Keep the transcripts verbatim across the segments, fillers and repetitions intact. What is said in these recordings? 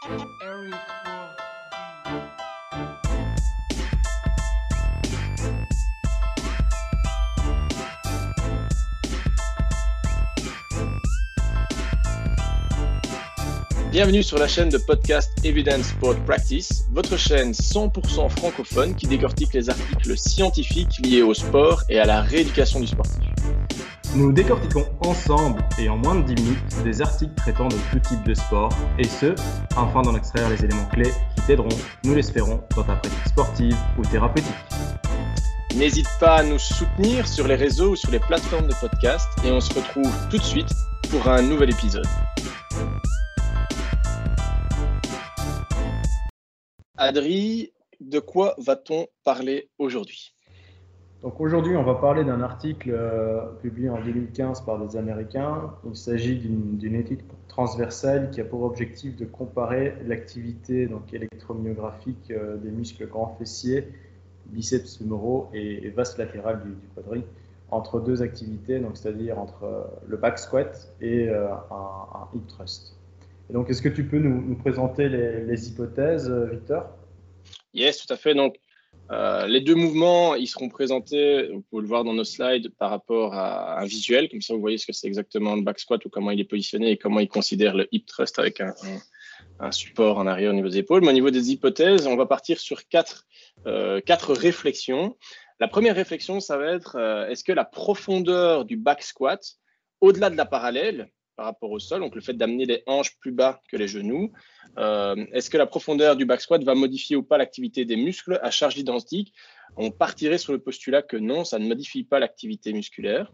Bienvenue sur la chaîne de podcast Evidence Sport Practice, votre chaîne cent pour cent francophone qui décortique les articles scientifiques liés au sport et à la rééducation du sportif. Nous décortiquons ensemble et en moins de dix minutes des articles traitant de tout type de sport, et ce, afin d'en extraire les éléments clés qui t'aideront, nous l'espérons, dans ta pratique sportive ou thérapeutique. N'hésite pas à nous soutenir sur les réseaux ou sur les plateformes de podcast et on se retrouve tout de suite pour un nouvel épisode. Adri, de quoi va-t-on parler aujourd'hui ? Donc aujourd'hui, on va parler d'un article euh, publié en deux mille quinze par des Américains. Il s'agit d'une, d'une étude transversale qui a pour objectif de comparer l'activité donc, électromyographique euh, des muscles grands fessiers, biceps fémoraux et, et vaste latéral du, du quadri entre deux activités, donc, c'est-à-dire entre euh, le back squat et euh, un, un hip thrust. Et donc, est-ce que tu peux nous, nous présenter les, les hypothèses, Victor ? Yes, tout à fait. Donc, euh, les deux mouvements, ils seront présentés, vous pouvez le voir dans nos slides, par rapport à un visuel. Comme ça, vous voyez ce que c'est exactement le back squat ou comment il est positionné et comment il considère le hip thrust avec un, un, un support en arrière au niveau des épaules. Mais au niveau des hypothèses, on va partir sur quatre, euh, quatre réflexions. La première réflexion, ça va être euh, est-ce que la profondeur du back squat, au-delà de la parallèle, par rapport au sol, donc le fait d'amener les hanches plus bas que les genoux. Euh, est-ce que la profondeur du back squat va modifier ou pas l'activité des muscles à charge identique ? On partirait sur le postulat que non, ça ne modifie pas l'activité musculaire.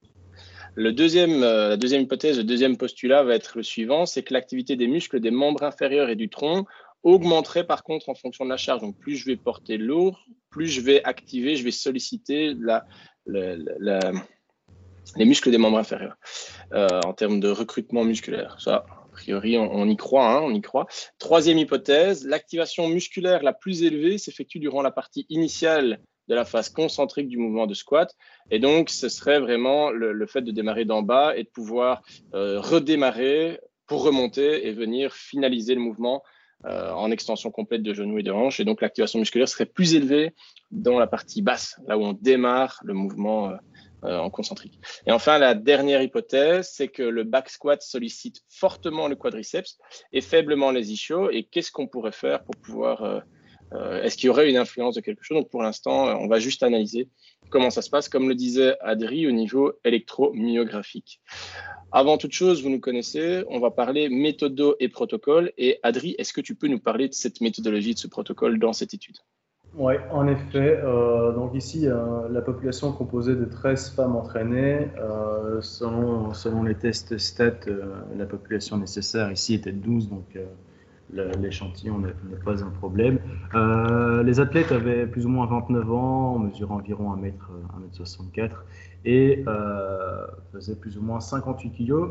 Le deuxième, euh, la deuxième hypothèse, le deuxième postulat va être le suivant, c'est que l'activité des muscles des membres inférieurs et du tronc augmenterait par contre en fonction de la charge. Donc plus je vais porter lourd, plus je vais activer, je vais solliciter la... la, la, la les muscles des membres inférieurs, euh, en termes de recrutement musculaire. Ça, a priori, on, on y croit, hein, on y croit. Troisième hypothèse, l'activation musculaire la plus élevée s'effectue durant la partie initiale de la phase concentrique du mouvement de squat. Et donc, ce serait vraiment le, le fait de démarrer d'en bas et de pouvoir euh, redémarrer pour remonter et venir finaliser le mouvement euh, en extension complète de genoux et de hanches. Et donc, l'activation musculaire serait plus élevée dans la partie basse, là où on démarre le mouvement euh, Euh, en concentrique. Et enfin, la dernière hypothèse, c'est que le back squat sollicite fortement le quadriceps et faiblement les ischios. Et qu'est-ce qu'on pourrait faire pour pouvoir... Euh, euh, est-ce qu'il y aurait une influence de quelque chose ? Donc, pour l'instant, on va juste analyser comment ça se passe, comme le disait Adri, au niveau électromyographique. Avant toute chose, vous nous connaissez, on va parler méthodo et protocole. Et Adri, est-ce que tu peux nous parler de cette méthodologie, de ce protocole dans cette étude ? Oui, en effet. Euh, donc ici, euh, la population composée de treize femmes entraînées. Euh, selon, selon les tests stats, euh, la population nécessaire ici était de douze, donc euh, le, l'échantillon n'est, n'est pas un problème. Euh, les athlètes avaient plus ou moins vingt-neuf ans, mesurant environ un mètre soixante-quatre et euh, faisaient plus ou moins cinquante-huit kilos.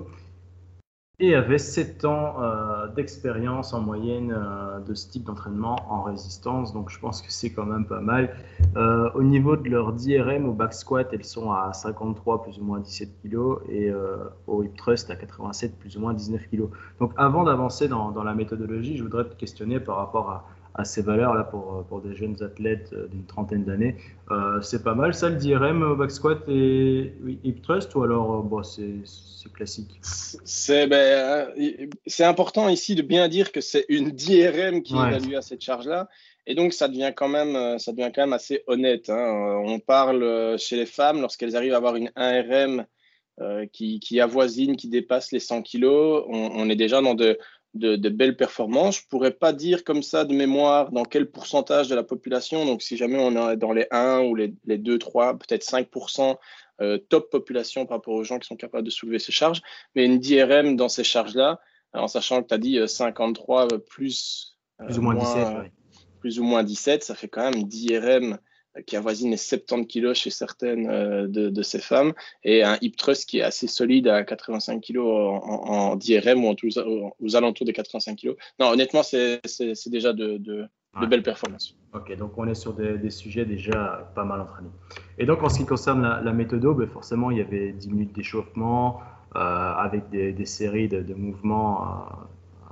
Et avait sept ans euh, d'expérience en moyenne euh, de ce type d'entraînement en résistance. Donc, je pense que c'est quand même pas mal. Euh, au niveau de leur D R M au back squat, elles sont à cinquante-trois, plus ou moins dix-sept kilos, et euh, au hip thrust à quatre-vingt-sept, plus ou moins dix-neuf kilos. Donc, avant d'avancer dans, dans la méthodologie, je voudrais te questionner par rapport à, à ces valeurs-là pour, pour des jeunes athlètes d'une trentaine d'années. Euh, c'est pas mal, ça, le D R M au back squat et hip thrust, ou alors bon, c'est, c'est classique ? C'est, ben, c'est important ici de bien dire que c'est une D R M qui ouais. est évaluée à cette charge-là. Et donc, ça devient quand même, ça devient quand même assez honnête. Hein. On parle chez les femmes, lorsqu'elles arrivent à avoir une un R M euh, qui, qui avoisine, qui dépasse les cent kilos, on, on est déjà dans de, de, de belles performances. Je ne pourrais pas dire comme ça de mémoire dans quel pourcentage de la population. Donc, si jamais on est dans les un ou les, les deux, trois, peut-être cinq pour cent euh, top population par rapport aux gens qui sont capables de soulever ces charges. Mais une D R M dans ces charges-là, en sachant que tu as dit cinquantre-trois plus, euh, plus ou moins, moins dix-sept, ouais. plus ou moins dix-sept, ça fait quand même une D R M qui avoisine les soixante-dix kilos chez certaines euh, de, de ces femmes, et un hip thrust qui est assez solide à quatre-vingt-cinq kilos en, en, en D R M ou en tous, aux alentours des quatre-vingt-cinq kilos. Non, honnêtement, c'est, c'est, c'est déjà de, de, ouais. de belles performances. Ok, donc on est sur des, des sujets déjà pas mal entraînés. Et donc en ce qui concerne la, la méthode, ben forcément il y avait dix minutes d'échauffement euh, avec des, des séries de, de mouvements euh,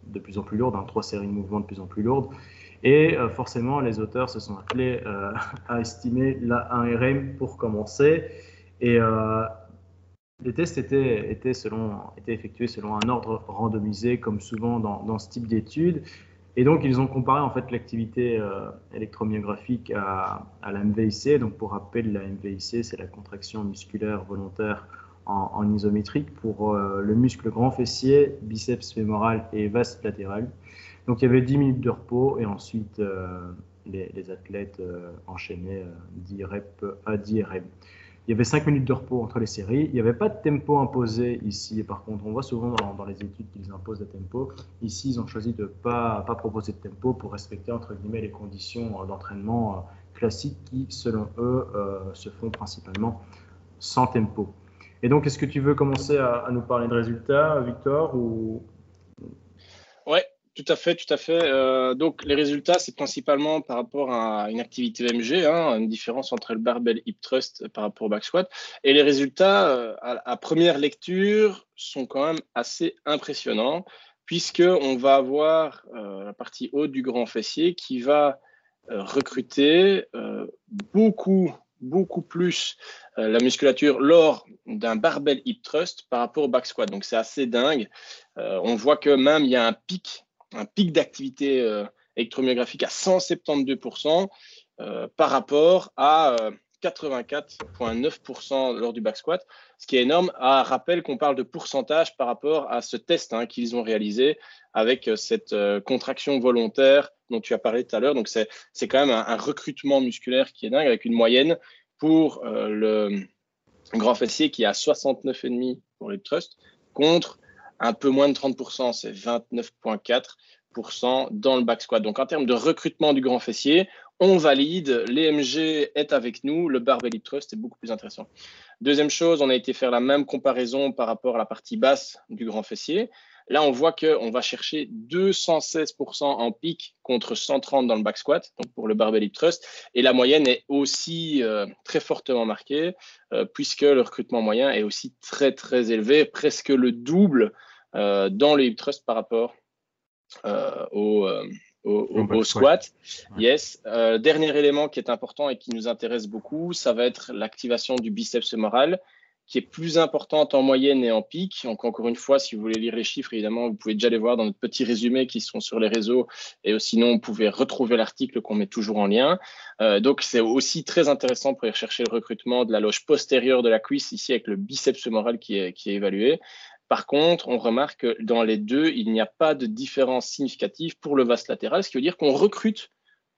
de plus en plus lourdes, hein, trois séries de mouvements de plus en plus lourdes. Et euh, forcément, les auteurs se sont attelés euh, à estimer la un R M pour commencer. Et euh, les tests étaient, étaient, selon, étaient effectués selon un ordre randomisé, comme souvent dans, dans ce type d'études. Et donc, ils ont comparé en fait l'activité euh, électromyographique à, à la M V I C. Donc, pour rappel, la M V I C, c'est la contraction musculaire volontaire en, en isométrique pour euh, le muscle grand fessier, biceps fémoral et vaste latéral. Donc, il y avait dix minutes de repos et ensuite, euh, les, les athlètes euh, enchaînaient euh, dix reps à dix R M. Il y avait cinq minutes de repos entre les séries. Il n'y avait pas de tempo imposé ici. Et par contre, on voit souvent dans, dans les études qu'ils imposent des tempos. Ici, ils ont choisi de ne pas, pas proposer de tempo pour respecter, entre guillemets, les conditions d'entraînement classiques qui, selon eux, euh, se font principalement sans tempo. Et donc, est-ce que tu veux commencer à, à nous parler de résultats, Victor, ou... Ouais. Tout à fait, tout à fait. Euh, donc, les résultats, c'est principalement par rapport à une activité E M G, hein, une différence entre le barbell hip thrust par rapport au back squat. Et les résultats, euh, à, à première lecture, sont quand même assez impressionnants, puisqu'on va avoir euh, la partie haute du grand fessier qui va euh, recruter euh, beaucoup, beaucoup plus euh, la musculature lors d'un barbell hip thrust par rapport au back squat. Donc, c'est assez dingue. Euh, on voit que même il y a un pic un pic d'activité euh, électromyographique à cent soixante-douze pour cent euh, par rapport à euh, quatre-vingt-quatre virgule neuf pour cent lors du back squat, ce qui est énorme. À rappel qu'on parle de pourcentage par rapport à ce test hein, qu'ils ont réalisé avec euh, cette euh, contraction volontaire dont tu as parlé tout à l'heure. Donc, c'est, c'est quand même un, un recrutement musculaire qui est dingue avec une moyenne pour euh, le grand fessier qui est à soixante-neuf virgule cinq pour les thrusts contre un peu moins de trente pour cent, c'est vingt-neuf virgule quatre pour cent dans le back squat. Donc, en termes de recrutement du grand fessier, on valide, l'E M G est avec nous, le barbell hip thrust est beaucoup plus intéressant. Deuxième chose, on a été faire la même comparaison par rapport à la partie basse du grand fessier. Là, on voit qu'on va chercher deux cent seize pour cent en pic contre cent trente dans le back squat, donc pour le barbell hip thrust. Et la moyenne est aussi euh, très fortement marquée, euh, puisque le recrutement moyen est aussi très, très élevé, presque le double euh, dans le hip thrust par rapport euh, au, euh, au, au, au squat. Ouais. Yes. Euh, dernier élément qui est important et qui nous intéresse beaucoup, ça va être l'activation du biceps fémoral, qui est plus importante en moyenne et en pic. Donc, encore une fois, si vous voulez lire les chiffres, évidemment, vous pouvez déjà les voir dans notre petit résumé qui sont sur les réseaux. Et sinon, vous pouvez retrouver l'article qu'on met toujours en lien. Euh, donc, c'est aussi très intéressant pour aller chercher le recrutement de la loge postérieure de la cuisse, ici avec le biceps fémoral qui est, qui est évalué. Par contre, on remarque que dans les deux, il n'y a pas de différence significative pour le vaste latéral, ce qui veut dire qu'on recrute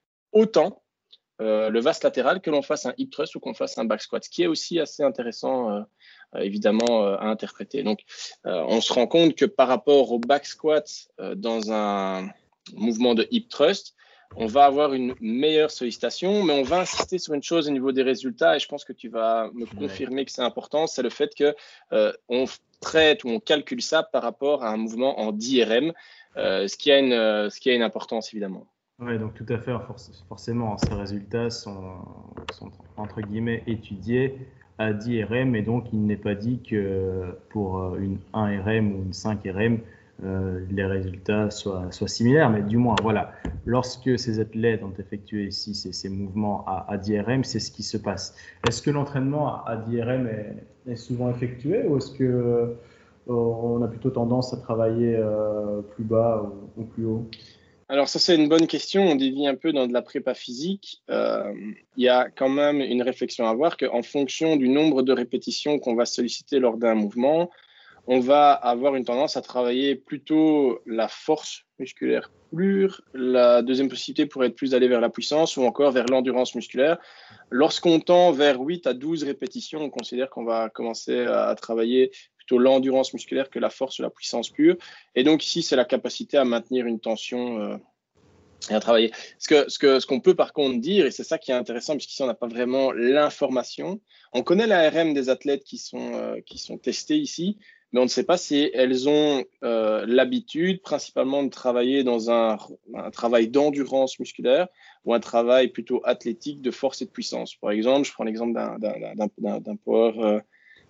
autant Euh, le vaste latéral que l'on fasse un hip thrust ou qu'on fasse un back squat, ce qui est aussi assez intéressant euh, euh, évidemment euh, à interpréter. Donc, euh, on se rend compte que par rapport au back squat euh, dans un mouvement de hip thrust, on va avoir une meilleure sollicitation, mais on va insister sur une chose au niveau des résultats et je pense que tu vas me confirmer que c'est important, c'est le fait que euh, on traite ou on calcule ça par rapport à un mouvement en dix R M, euh, ce qui a une, euh, ce qui a une importance évidemment. Oui, donc tout à fait, forcément, ces résultats sont, sont entre guillemets étudiés à dix R M et donc il n'est pas dit que pour une un R M ou une cinq R M, euh, les résultats soient, soient similaires, mais du moins, voilà, lorsque ces athlètes ont effectué ici ces, ces mouvements à, à dix R M, c'est ce qui se passe. Est-ce que l'entraînement à dix R M est, est souvent effectué ou est-ce que euh, on a plutôt tendance à travailler euh, plus bas ou, ou plus haut ? Alors ça, c'est une bonne question. On dévie un peu dans de la prépa physique. Euh, il y a quand même une réflexion à avoir qu'en fonction du nombre de répétitions qu'on va solliciter lors d'un mouvement, on va avoir une tendance à travailler plutôt la force musculaire pure. La deuxième possibilité pourrait être plus d'aller vers la puissance ou encore vers l'endurance musculaire. Lorsqu'on tend vers huit à douze répétitions, on considère qu'on va commencer à travailler plutôt l'endurance musculaire que la force ou la puissance pure. Et donc ici, c'est la capacité à maintenir une tension euh, et à travailler. Ce que, ce, que, ce qu'on peut par contre dire, et c'est ça qui est intéressant, puisqu'ici on n'a pas vraiment l'information, on connaît la R M des athlètes qui sont, euh, qui sont testés ici, mais on ne sait pas si elles ont euh, l'habitude principalement de travailler dans un, un travail d'endurance musculaire ou un travail plutôt athlétique de force et de puissance. Par exemple, je prends l'exemple d'un, d'un, d'un, d'un, d'un power... Euh,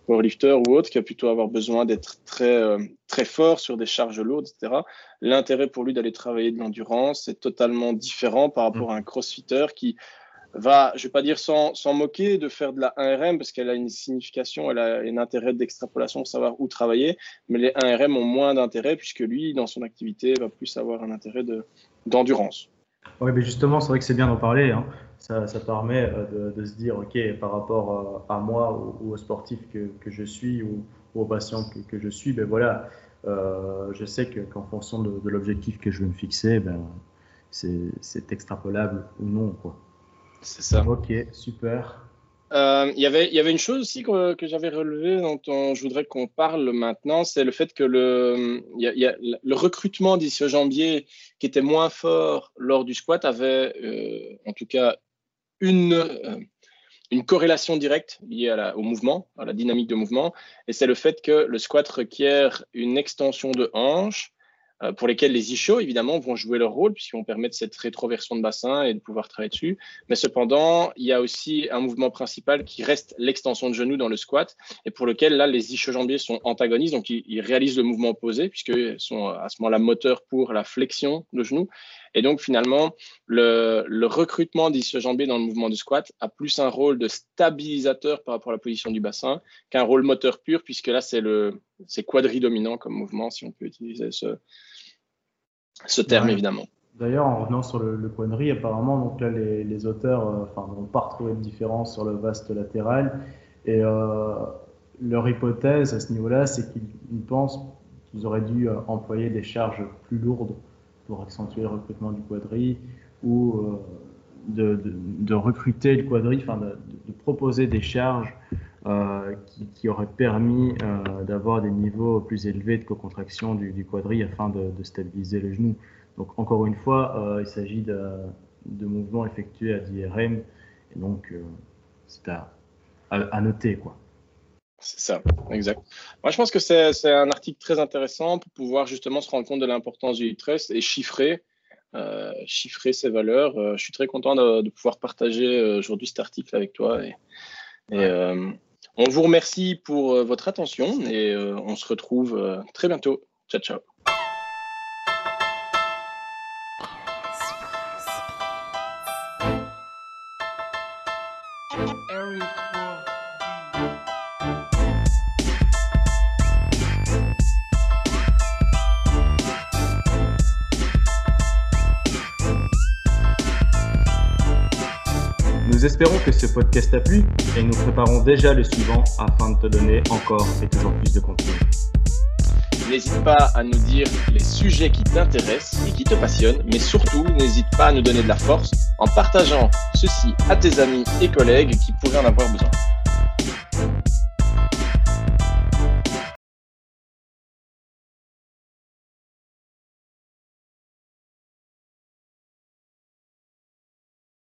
powerlifter ou autre, qui va plutôt avoir besoin d'être très, euh, très fort sur des charges lourdes, et cetera. L'intérêt pour lui d'aller travailler de l'endurance, c'est totalement différent par rapport à un crossfitter qui va, je ne vais pas dire sans, sans moquer, de faire de la un R M parce qu'elle a une signification, elle a un intérêt d'extrapolation, savoir où travailler, mais les un R M ont moins d'intérêt puisque lui, dans son activité, va plus avoir un intérêt de, d'endurance. Oui, mais justement, c'est vrai que c'est bien d'en parler. Hein. Ça, ça permet de, de se dire, OK, par rapport à moi ou, ou aux sportifs que, que je suis ou, ou aux patients que, que je suis, ben voilà, euh, je sais que, qu'en fonction de, de l'objectif que je veux me fixer, ben, c'est, c'est extrapolable ou non, quoi. C'est ça. Ok, super. Euh, y avait, il y avait une chose aussi que, que j'avais relevée, dont on, je voudrais qu'on parle maintenant, c'est le fait que le, y a, y a, le recrutement d'ischio-jambiers qui était moins fort lors du squat avait, euh, en tout cas, une, euh, une corrélation directe liée à la, au mouvement, à la dynamique de mouvement, et c'est le fait que le squat requiert une extension de hanche, euh, pour lesquels les ischios, évidemment, vont jouer leur rôle puisqu'ils vont permettre cette rétroversion de bassin et de pouvoir travailler dessus. Mais cependant, il y a aussi un mouvement principal qui reste l'extension de genou dans le squat et pour lequel, là, les ischio-jambiers sont antagonistes, donc ils, ils réalisent le mouvement opposé puisqu'ils sont à ce moment-là moteurs pour la flexion de genou. Et donc, finalement, le, le recrutement d'ischio-jambiers dans le mouvement du squat a plus un rôle de stabilisateur par rapport à la position du bassin qu'un rôle moteur pur, puisque là, c'est, le, c'est quadridominant comme mouvement, si on peut utiliser ce, ce terme, ouais. Évidemment. D'ailleurs, en revenant sur le, le quadri, apparemment, donc là, les, les auteurs euh, enfin, n'ont pas retrouvé de différence sur le vaste latéral. Et euh, leur hypothèse à ce niveau-là, c'est qu'ils pensent qu'ils auraient dû euh, employer des charges plus lourdes pour accentuer le recrutement du quadri ou euh, de, de, de recruter le quadri, enfin de, de proposer des charges euh, qui, qui auraient permis euh, d'avoir des niveaux plus élevés de co-contraction du, du quadri afin de, de stabiliser le genou. Donc encore une fois, euh, il s'agit de, de mouvements effectués à dix R M et donc euh, c'est à, à, à noter, quoi. C'est ça, exact. Moi, je pense que c'est, c'est un article très intéressant pour pouvoir justement se rendre compte de l'importance du hip thrust et chiffrer, euh, chiffrer ses valeurs. Euh, je suis très content de, de pouvoir partager euh, aujourd'hui cet article avec toi. Et, et euh, on vous remercie pour euh, votre attention et euh, on se retrouve euh, très bientôt. Ciao, ciao. Nous espérons que ce podcast t'a plu et nous préparons déjà le suivant afin de te donner encore et toujours plus de contenu. N'hésite pas à nous dire les sujets qui t'intéressent et qui te passionnent, mais surtout, n'hésite pas à nous donner de la force en partageant ceci à tes amis et collègues qui pourraient en avoir besoin.